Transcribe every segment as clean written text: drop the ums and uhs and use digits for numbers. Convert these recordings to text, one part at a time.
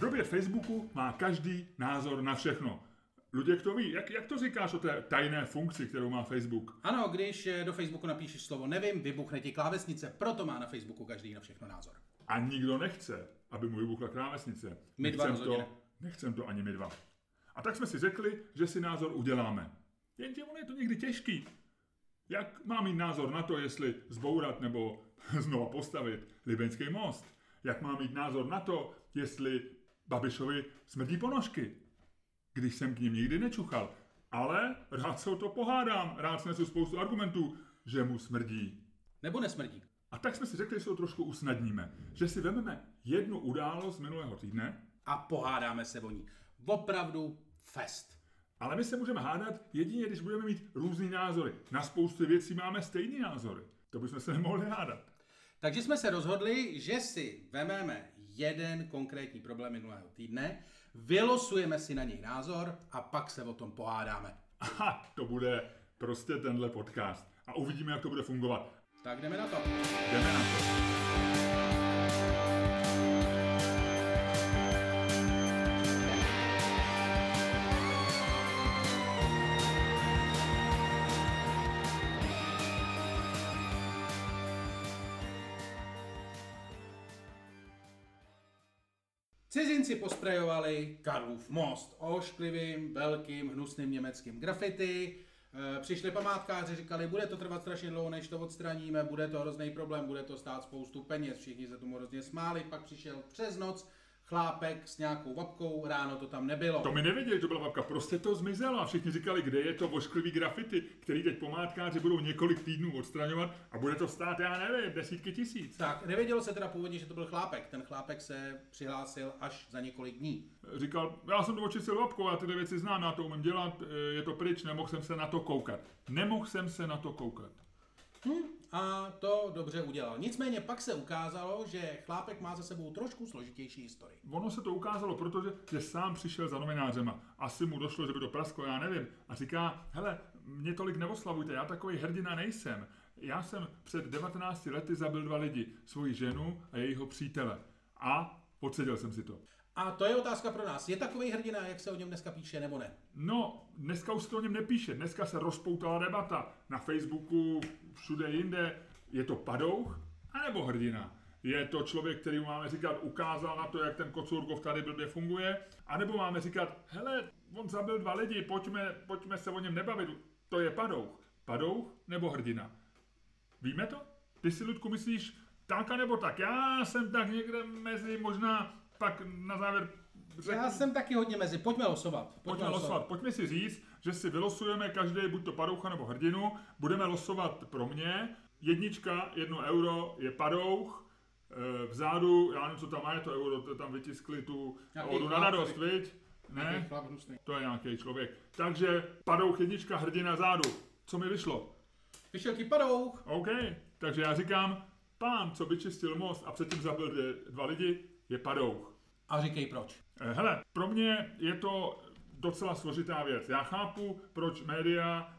V době Facebooku má každý názor na všechno. Luděk to ví. Jak to říkáš o té tajné funkci, kterou má Facebook? Ano, když do Facebooku napíšeš slovo nevím, vybuchne ti klávesnice, proto má na Facebooku každý na všechno názor. A nikdo nechce, aby mu vybuchla klávesnice. My dva rozhodně. Nechcem to ani my dva. A tak jsme si řekli, že si názor uděláme. Jenže ono je to někdy těžký. Jak mám mít názor na to, jestli zbourat nebo znova postavit Libeňský most? Jak mám mít názor na to, jestli Babišovi smrdí ponožky? Když jsem k ním nikdy nečuchal. Ale rád se o to pohádám, rád snesu spoustu argumentů, že mu smrdí. Nebo nesmrdí. A tak jsme si řekli, že se to trošku usnadníme. Že si vezmeme jednu událost z minulého týdne a pohádáme se o ní. Opravdu fest. Ale my se můžeme hádat jedině, když budeme mít různý názory. Na spoustu věcí máme stejný názory. To bychom se nemohli hádat. Takže jsme se rozhodli, že si vememe jeden konkrétní problém minulého týdne, vylosujeme si na něj názor a pak se o tom pohádáme. Aha, to bude prostě tenhle podcast. A uvidíme, jak to bude fungovat. Tak jdeme na to. Jdeme na to. Cizinci posprejovali Karlův most ošklivým, velkým, hnusným německým grafity. Přišli památkáři, říkali, bude to trvat strašně dlouho, než to odstraníme, bude to hrozný problém, bude to stát spoustu peněz, všichni se tomu hrozně smáli, pak přišel přes noc chlápek s nějakou babkou, ráno to tam nebylo. To mi nevěděli, že to byla babka, prostě to zmizelo a všichni říkali, kde je to ošklivý grafity, který teď památkáři budou několik týdnů odstraňovat a bude to stát, já nevím, desítky tisíc. Tak, nevědělo se teda původně, že to byl chlápek, ten chlápek se přihlásil až za několik dní. Říkal, já jsem to očistil babkou, já tyhle věci znám, já to umím dělat, je to pryč, nemohl jsem se na to koukat. A to dobře udělal. Nicméně pak se ukázalo, že chlápek má za sebou trošku složitější historii. Ono se to ukázalo, protože sám přišel za novinářema. Asi mu došlo, že by to prasklo, já nevím. A říká, hele, mě tolik neoslavujte, já takový hrdina nejsem. Já jsem před 19 lety zabil 2 lidi, svoji ženu a jejího přítele. A odseděl jsem si to. A to je otázka pro nás. Je takový hrdina, jak se o něm dneska píše, nebo ne? No, dneska už se o něm nepíše. Dneska se rozpoutala debata. Na Facebooku, všude jinde. Je to padouch, anebo hrdina? Je to člověk, který máme říkat, ukázal na to, jak ten Kocourkov tady blbě funguje? A nebo máme říkat, hele, on zabil 2 lidi, pojďme se o něm nebavit. To je padouch. Padouch nebo hrdina? Víme to? Ty si, Ludku, myslíš tak a nebo tak? Já jsem tak někde mezi, možná pak na závěr řeknu. Já jsem taky hodně mezi. Pojďme losovat. Pojďme si říct, že si vylosujeme každý buď to padoucha nebo hrdinu. Budeme losovat pro mě. 1 euro je padouch. Vzadu, já nevím, co tam má, je to euro, to tam vytiskli tu odu na radost, viď? Ne? To je nějaký člověk. Takže padouch 1, hrdina zádu. Co mi vyšlo? Vyšel ti padouch. OK, takže já říkám, pán, co vyčistil most a předtím zabil 2 lidi, je padouch. A říkej proč. Hele, pro mě je to docela složitá věc. Já chápu, proč média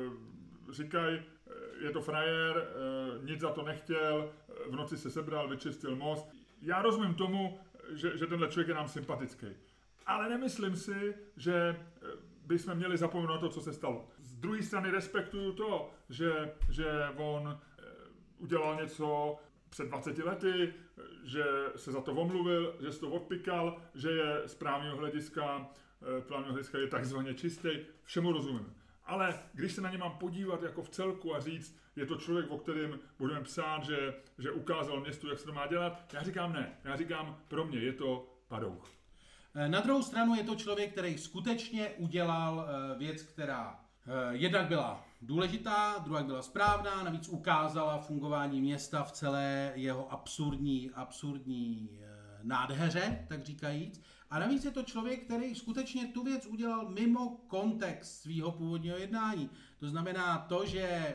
říkají, je to frajer, nic za to nechtěl, v noci se sebral, vyčistil most. Já rozumím tomu, že tenhle člověk je nám sympatický. Ale nemyslím si, že bychom měli zapomenout na to, co se stalo. Z druhé strany respektuju to, že on udělal něco před 20 lety, že se za to omluvil, že se to odpikal, že je z právního hlediska je takzvaně čistý, všemu rozumím. Ale když se na ně mám podívat jako v celku a říct, je to člověk, o kterém budeme psát, že ukázal městu, jak se to má dělat, já říkám ne. Já říkám, pro mě je to padouch. Na druhou stranu je to člověk, který skutečně udělal věc, která jednak byla důležitá, druhá byla správná, navíc ukázala fungování města v celé jeho absurdní nádheře, tak říkajíc. A navíc je to člověk, který skutečně tu věc udělal mimo kontext svého původního jednání. To znamená to, že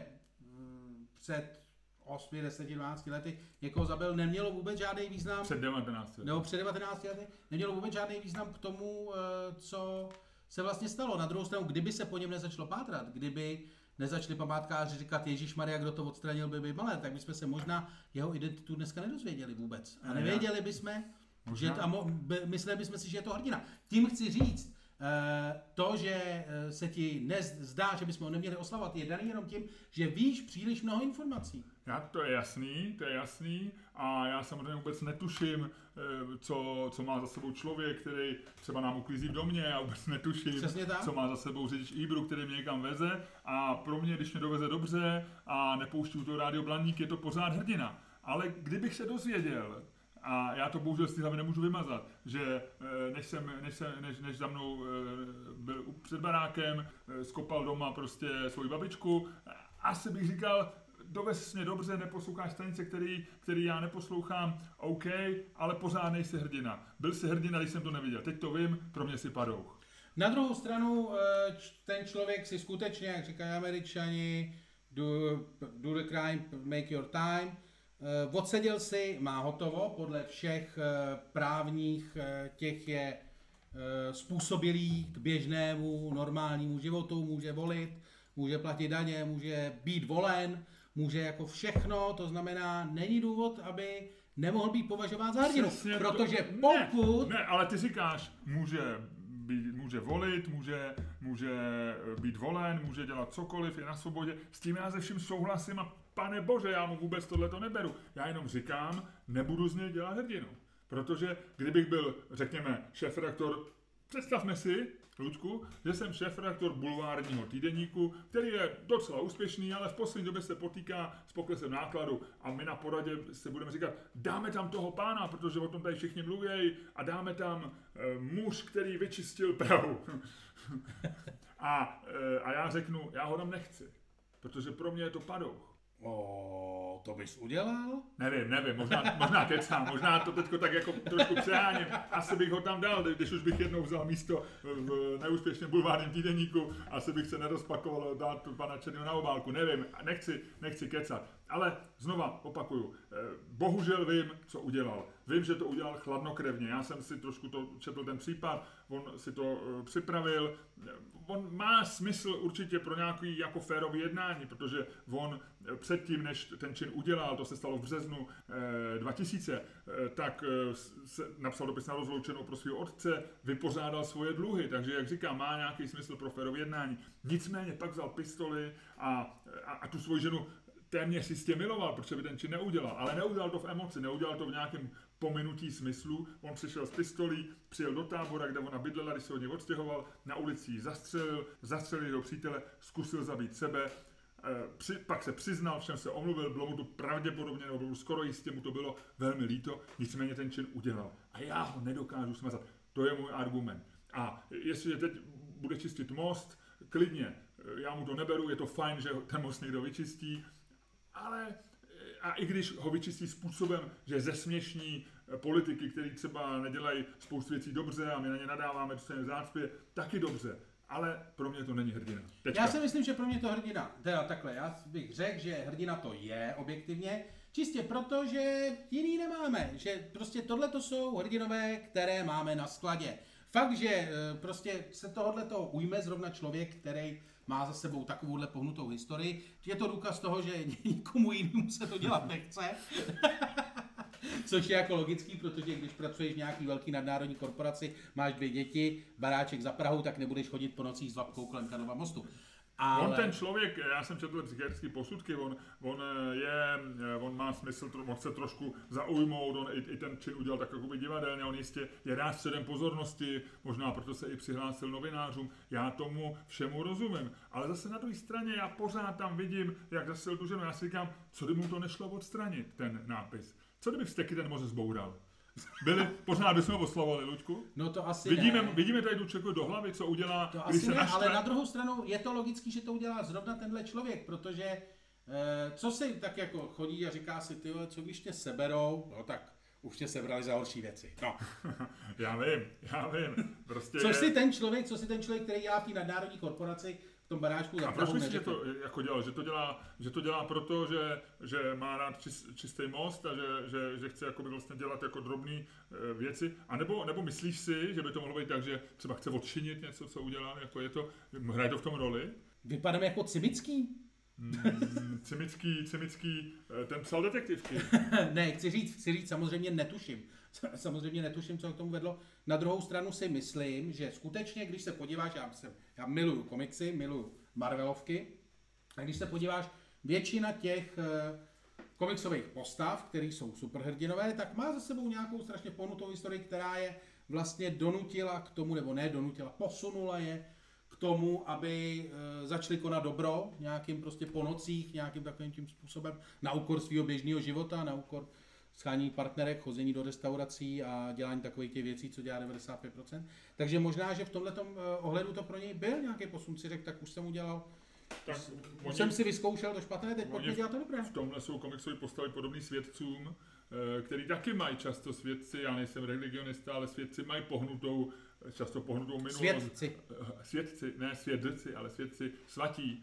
před 8, 10, 12 lety někoho zabil, nemělo vůbec žádný význam. Před 19 lety. Nebo před 19 lety nemělo vůbec žádný význam k tomu, co se vlastně stalo. Na druhou stranu, kdyby se po něm nezačalo pátrat, kdyby nezačali památkáři říkat Ježíšmarja, kdo to odstranil, by malé, tak bychom se možná jeho identitu dneska nedozvěděli vůbec. A nevěděli bychom, Mysleli bychom si, že je to hrdina. Tím chci říct, to, že se ti zdá, že bychom ho neměli oslavovat, je daný jenom tím, že víš příliš mnoho informací. To je jasný a já samozřejmě vůbec netuším, co má za sebou člověk, který třeba nám uklízí v domě, já vůbec netuším, co má za sebou řidič Ibru, který mě někam veze a pro mě, když mě doveze dobře a nepouští u toho rádio Blaník, je to pořád hrdina. Ale kdybych se dozvěděl, a já to bohužel z té hlavy nemůžu vymazat, že než za mnou byl před barákem, skopal doma prostě svoji babičku, asi bych říkal, dovez mě dobře, neposloucháš stanice, který já neposlouchám, OK, ale pořád nejsi hrdina. Byl jsi hrdina, když jsem to neviděl. Teď to vím, pro mě si padouch. Na druhou stranu, ten člověk si skutečně, jak říkají Američani, do the crime, make your time, odseděl si, má hotovo, podle všech právních těch je způsobilý k běžnému, normálnímu životu, může volit, může platit daně, může být volen, může jako všechno, to znamená, není důvod, aby nemohl být považován za hrdinu, protože pokud... Ne, ale ty říkáš, může volit, může být volen, může dělat cokoliv, je na svobodě, s tím já ze vším souhlasím a pane bože, já mu vůbec tohleto neberu. Já jenom říkám, nebudu z něj dělat hrdinu. Protože kdybych byl, řekněme, šéfredaktor, představme si, Luďku, že jsem šéfredaktor bulvárního týdeníku, který je docela úspěšný, ale v poslední době se potýká s poklesem nákladu a my na poradě se budeme říkat, dáme tam toho pána, protože o tom tady všichni mluví a dáme tam muž, který vyčistil Prahu. a já řeknu, já ho tam nechci, protože pro mě je to padouch. To bys udělal? Nevím, možná kecám, možná to teďko tak jako trošku přeháním. Asi bych ho tam dal, když už bych jednou vzal místo v neúspěšném bulvárním týdeníku, asi bych se nerozpakoval dát pana Černého na obálku, nevím, nechci kecat. Ale znova opakuju, bohužel vím, co udělal. Vím, že to udělal chladnokrevně. Já jsem si trošku to četl ten případ, on si to připravil. On má smysl určitě pro nějaký jako férový jednání, protože on předtím, než ten čin udělal, to se stalo v březnu 2000, tak napsal dopis na rozloučenou pro svého otce, vypořádal svoje dluhy, takže jak říkám, má nějaký smysl pro férový jednání. Nicméně pak vzal pistoli a tu svoji ženu téměř jistě miloval, protože by ten čin neudělal, ale neudělal to v emoci, neudělal to v nějakém pominutí smyslu. On přišel s pistolí, přijel do tábora, kde ona bydlela, když se od něj odstěhoval, na ulici ji zastřelil jeho přítele, zkusil zabít sebe, pak se přiznal, všem se omluvil, bylo mu to pravděpodobně, nebo skoro jistě mu to bylo velmi líto, nicméně ten čin udělal. A já ho nedokážu smazat. To je můj argument. A jestliže teď bude čistit most, klidně, já mu to neberu, je to fajn, že ten most někdo vyčistí, ale a i když ho vyčistí způsobem, že zesměšní politiky, kteří třeba nedělají spoustu věcí dobře a my na ně nadáváme, že se jim zácpě, taky dobře. Ale pro mě to není hrdina. Tečka. Já si myslím, že pro mě to hrdina, teda takhle, já bych řekl, že hrdina to je objektivně, čistě proto, že jiný nemáme, že prostě tohleto jsou hrdinové, které máme na skladě. Fakt, že prostě se tohoto ujme zrovna člověk, který má za sebou takovouhle pohnutou historii, je to důkaz toho, že nikomu jinému se to dělat nechce. Což je jako logický, protože když pracuješ v nějaký velký nadnárodní korporaci, máš 2 děti, baráček za Prahou, tak nebudeš chodit po nocích s vapkou kolem Karlova mostu. Ale... On ten člověk, já jsem četl psychiatrické posudky, on má smysl, on se trošku zaujmout, on i ten čin udělal tak jakoby divadelně, on jistě je rád středem pozornosti, možná proto se i přihlásil novinářům, já tomu všemu rozumím. Ale zase na druhé straně já pořád tam vidím, jak zasil tu ženu, já si říkám, co kdyby mu to nešlo odstranit, ten nápis. Co kdyby vzteky ten moře zboural? Pořád bychom ho oslavovali, Luďku? No to asi vidíme tady tu člověku do hlavy, co udělá, to když se naštve. Ale na druhou stranu je to logický, že to udělá zrovna tenhle člověk, protože co si tak jako chodí a říká si, ty, co když tě seberou, no tak už tě sebrali za horší věci. No. Já vím. Prostě co si ten člověk, který dělá v té nadnárodní korporaci, v tom baráčku za Prahou neřekl. A proč myslíš, že to jako dělal? Že to dělá proto, že má rád čistý most a že chce jakoby vlastně dělat jako drobné věci? A nebo myslíš si, že by to mohlo být tak, že třeba chce odčinit něco, co udělal? Jako hraje to v tom roli? Vypadám jako Cibický? Cimický, ten psal detektivky. Ne, chci říct, samozřejmě netuším. Samozřejmě netuším, co k tomu vedlo. Na druhou stranu si myslím, že skutečně, když se podíváš, já miluju komiksy, miluju Marvelovky, a když se podíváš, většina těch komiksových postav, které jsou superhrdinové, tak má za sebou nějakou strašně pohnutou historii, která je vlastně donutila k tomu, nebo ne donutila, posunula je k tomu, aby začali konat dobro nějakým prostě po nocích, nějakým takovým tím způsobem, na úkor svého běžného života, na úkor schání partnerek, chození do restaurací a dělání takových těch věcí, co dělá 95%. Takže možná, že v tomhletom ohledu to pro něj byl nějaký posun, si řekl, tak už jsem udělal, jsem si vyzkoušel to špatné, teď pojďme dělat to dobré. V tomhle jsou komiksové postavy podobný svědcům, který taky mají často svědci, já nejsem religionista, ale svědci mají často pohnutou minulost. Svědci, ne svědci, ale svědci svatí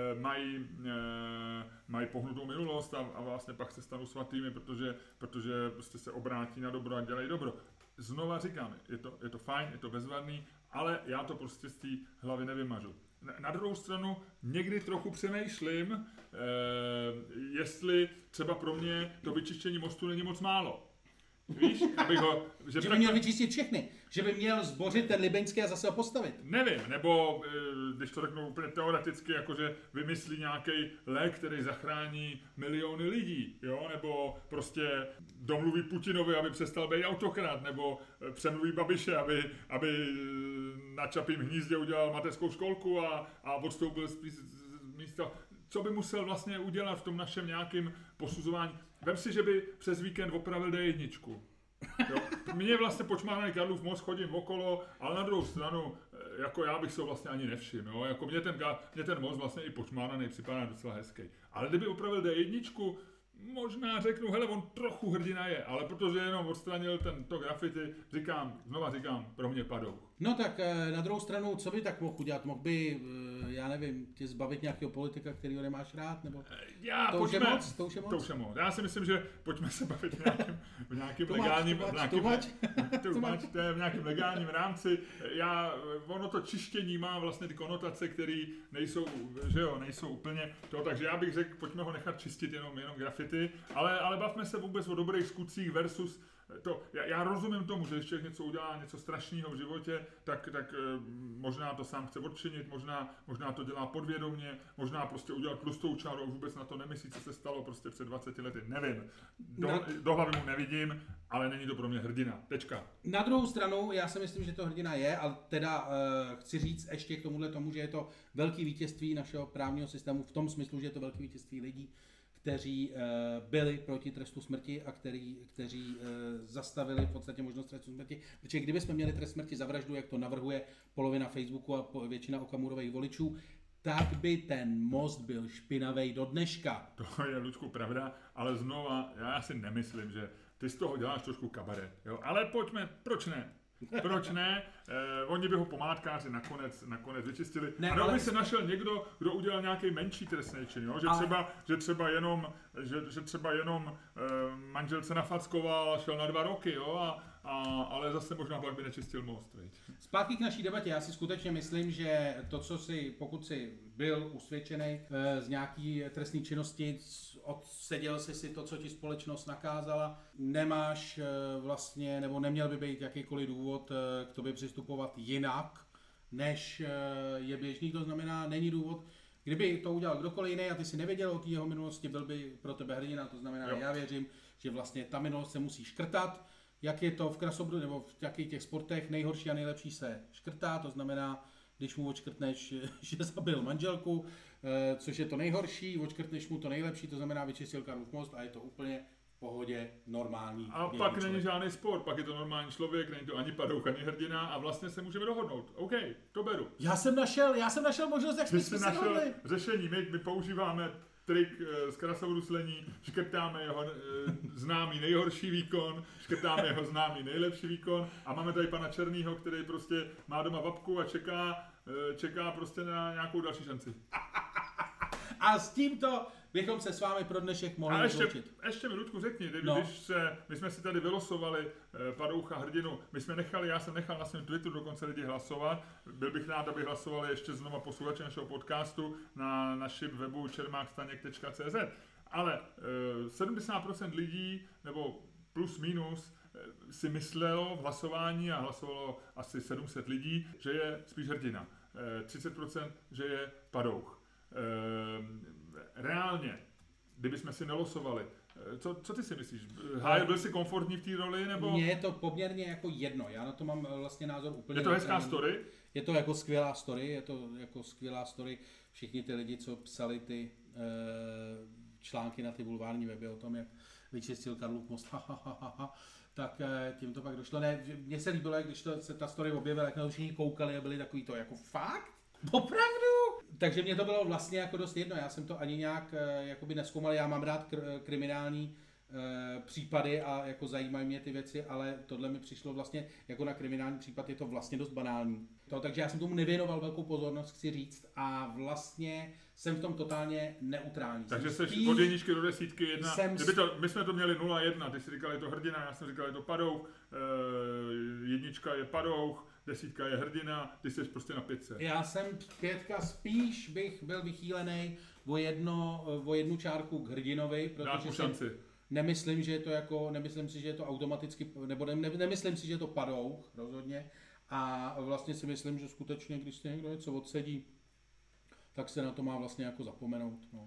mají pohnutou minulost a vlastně pak se stanou svatými, protože prostě se obrátí na dobro a dělají dobro. Znova říkám, je to fajn, je to bezvadný, ale já to prostě z té hlavy nevymažu. Na druhou stranu někdy trochu přemýšlím, jestli třeba pro mě to vyčištění mostu není moc málo. Víš, že by měl vyčistit všechny, že by měl zbořit ten Libeňský a zase ho postavit. Nevím, nebo když to řeknu úplně teoreticky, jakože vymyslí nějaký lék, který zachrání miliony lidí, jo, nebo prostě domluví Putinovi, aby přestal být autokrat, nebo přemluví Babiše, aby na Čapím hnízdě udělal mateřskou školku a odstoupil z místa. Co by musel vlastně udělat v tom našem nějakém posuzování? Vem si, že by přes víkend opravil D1. Jo? Mně vlastně počmáraný Karlův most, chodím okolo, ale na druhou stranu, jako já bych se ho vlastně ani nevšiml. Jo? Jako mě ten most vlastně i počmáraný připadá docela hezký. Ale kdyby opravil D1, možná řeknu, hele, on trochu hrdina je, ale protože jenom odstranil to graffiti, znova říkám, pro mě padou. No tak na druhou stranu, co by tak mohl udělat? Mohl by, já nevím, tě zbavit nějakého politika, kterýho nemáš rád? Nebo to už je moc? Já si myslím, že pojďme se bavit v nějakém legálním rámci. Ono to čištění má vlastně ty konotace, které nejsou úplně to, takže já bych řekl, pojďme ho nechat čistit jenom graffiti, ale bavme se vůbec o dobrých skutcích versus to. Já rozumím tomu, že když člověk něco udělá, něco strašného v životě, tak možná to sám chce odčinit, možná to dělá podvědomě, možná prostě udělat tlustou čáru a vůbec na to nemyslí, co se stalo prostě před 20 lety. Nevím. Do hlavy mu nevidím, ale není to pro mě hrdina. Tečka. Na druhou stranu, já si myslím, že to hrdina je, ale teda chci říct ještě k tomu, že je to velký vítězství našeho právního systému v tom smyslu, že je to velký vítězství lidí, kteří byli proti trestu smrti a kteří zastavili v podstatě možnost trestu smrti. Protože kdybychom měli trest smrti za vraždu, jak to navrhuje polovina Facebooku a většina Okamurových voličů, tak by ten most byl špinavej do dneška. To je, Luďku, pravda, ale znova, já si nemyslím, že ty z toho děláš trošku kabaret. Jo? Ale pojďme, proč ne? Proč ne? Oni by ho pomádkáři nakonec vyčistili. Ne, a by se našel někdo, kdo udělal nějaký menší trestný čin, jo? Že třeba jenom manželce nafackoval a šel na 2 roky, jo? Ale zase možná pak by nečistil most. Viď? Zpátky k naší debatě, já si skutečně myslím, že to, pokud si byl usvědčený z nějaký trestné činnosti, odseděl si to, co ti společnost nakázala, nemáš vlastně, nebo neměl by být jakýkoliv důvod k tobě přistupovat jinak, než je běžný, to znamená, není důvod. Kdyby to udělal kdokoliv jiný a ty si nevěděl o té jeho minulosti, byl by pro tebe hrdina, to znamená, já věřím, že vlastně ta minulost se musí škrtat. Jak je to v krasobru nebo v jakých těch sportech, nejhorší a nejlepší se škrtá, to znamená, když mu odškrtneš, že zabil manželku, což je to nejhorší, odškrtneš mu to nejlepší, to znamená, vyčistil Karlův most a je to úplně v pohodě normální. A pak není žádný sport, pak je to normální člověk, není to ani padouch, ani hrdina a vlastně se můžeme dohodnout. OK, to beru. Já jsem našel možnost, jak jsme se dohodli. Řešení, my používáme trik z krasovruslení, škrtáme jeho známý nejhorší výkon, škrtáme jeho známý nejlepší výkon a máme tady pana Černýho, který prostě má doma babku a čeká prostě na nějakou další šanci. A s tímto bychom se s vámi pro dnešek mohli A rozloučit. ještě mi, Ludku, řekni, No. my jsme si tady vylosovali Padoucha hrdinu, já jsem nechal na svém Twitteru dokonce lidi hlasovat, byl bych rád, aby hlasovali ještě znova posluchači našeho podcastu na našem webu čermákstaněk.cz, ale 70% lidí, nebo plus minus, si myslelo v hlasování a hlasovalo asi 700 lidí, že je spíš hrdina. 30%, že je padouch. Reálně, kdybychom si nelosovali, co ty si myslíš? Byl jsi komfortní v té roli, nebo? Mně je to poměrně jako jedno, já na to mám vlastně názor úplně. Je to hezká story? Je to jako skvělá story, všichni ty lidi, co psali ty články na ty bulvární weby o tom, jak vyčistil Karlův most, tak tím to pak došlo. Ne, mně se líbilo, když se ta story objevila, jak na to všichni koukali a byli takový to jako fakt? Opravdu? Takže mě to bylo vlastně jako dost jedno, já jsem to ani nějak jakoby nezkoumal, já mám rád kriminální případy a jako zajímají mě ty věci, ale tohle mi přišlo vlastně jako na kriminální případ je to vlastně dost banální. Takže já jsem tomu nevěnoval velkou pozornost, chci říct, a vlastně jsem v tom totálně neutrální. Takže jsi od 1 do 10 jedna. My jsme to měli 0-1, ty jsi říkal, je to hrdina, já jsem říkal, je to padouch, 1 je padouch, 10 je hrdina, ty jsi prostě na 5. Já jsem 5, spíš bych byl vychýlený o jednu čárku k hrdinovi, protože nemyslím si, že je to automaticky, nebo nemyslím si, že je to padouch, rozhodně. A vlastně si myslím, že skutečně, když si někdo něco odsedí, tak se na to má vlastně jako zapomenout. No.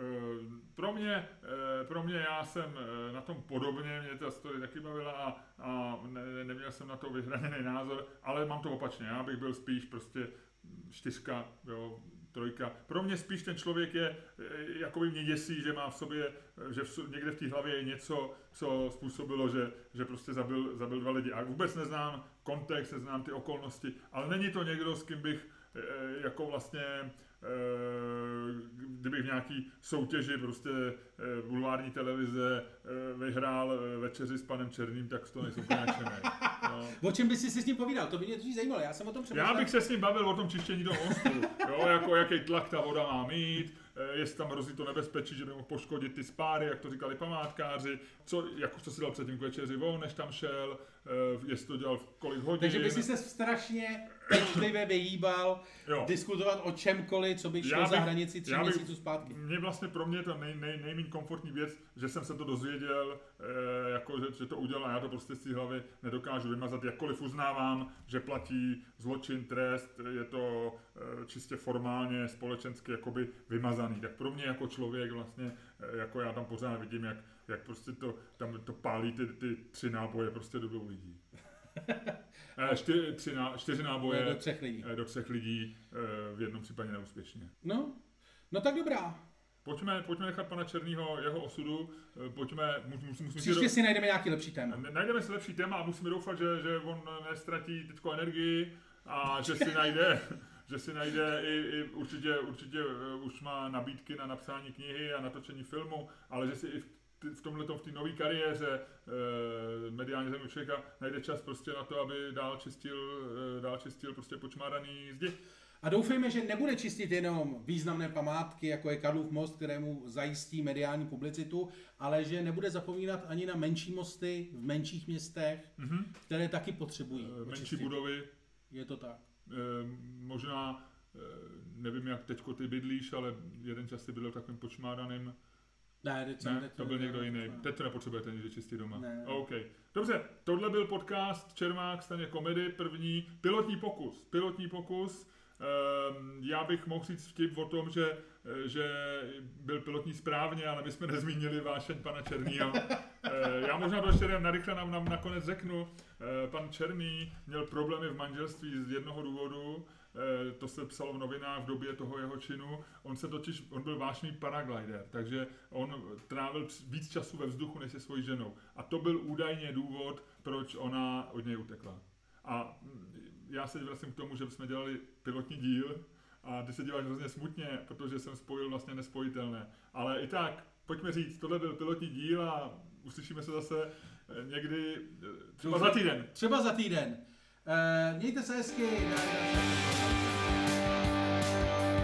Pro mě já jsem na tom podobně, mě ta story taky bavila a neměl jsem na to vyhraněný názor, ale mám to opačně, já bych byl spíš prostě 4, jo, 3. Pro mě spíš ten člověk je, jakoby mě děsí, že má v sobě, že někde v té hlavě je něco, co způsobilo, že prostě zabil 2 lidi. A vůbec neznám kontext, neznám ty okolnosti, ale není to někdo, s kým bych jako vlastně, kdybych v nějaký soutěži prostě bulvární televize vyhrál večeři s panem Černým, tak to nejsou úplně nadšenej. No. O čem bys si s ním povídal? To by mě totiž zajímalo, já jsem o tom přemýšlel. Já bych se s ním bavil o tom čištění toho mostu, jo, jako jaký tlak ta voda má mít, jestli tam hrozí to nebezpečí, že by mohl poškodit ty spáry, jak to říkali památkáři, co si dal předtím k večeři von, než tam šel, jestli to dělal v kolik hodin. Takže by si se strašně pečlivě vyhýbal diskutovat o čemkoliv, co by šlo za hranici 3 měsíců zpátky. Pro mě je to nejméně komfortní věc, že jsem se to dozvěděl, jako, že to udělal a já to prostě z té hlavy nedokážu vymazat. Jakkoliv uznávám, že platí zločin, trest, je to čistě formálně, společensky jakoby vymazaný. Tak pro mě jako člověk vlastně, jako já tam pořád vidím, jak prostě to pálí ty 3 náboje prostě do 2 lidí. 4 náboje do 3 lidí, v jednom případě neúspěšně. No tak dobrá. Pojďme nechat pana Černýho jeho osudu, Příště si najdeme nějaký lepší téma. Najdeme si lepší téma a musíme doufat, že on nestratí teďko energii a že si najde i určitě už má nabídky na napsání knihy a natočení filmu, ale že si i v té nové kariéře mediálně zemí člověka najde čas prostě na to, aby dál čistil prostě počmáraný zdi. A doufejme, že nebude čistit jenom významné památky, jako je Karlův most, kterému zajistí mediální publicitu, ale že nebude zapomínat ani na menší mosty v menších městech, které taky potřebují menší budovy. Je to tak. Možná, nevím, jak teďko ty bydlíš, ale jeden čas si bydlel takovým počmáraným. Ne, to byl někdo jiný. Teď to nepotřebujete nikdy čistit doma. Ne. Okay. Dobře, tohle byl podcast Čermák Staněk komedy, první pilotní pokus. Já bych mohl říct vtip o tom, že byl pilotní správně, ale my jsme nezmínili vášeň pana Černýho. Já možná to ještě narychle nám nakonec řeknu. Pan Černý měl problémy v manželství z jednoho důvodu. To se psalo v novinách v době toho jeho činu. On byl vášnivý paraglider, takže on trávil víc času ve vzduchu než se svojí ženou. A to byl údajně důvod, proč ona od něj utekla. A já se vracím k tomu, že jsme dělali pilotní díl a ty se díváš hrozně smutně, protože jsem spojil vlastně nespojitelné. Ale i tak, pojďme říct, tohle byl pilotní díl a uslyšíme se zase někdy Třeba za týden. Mějte se hezky.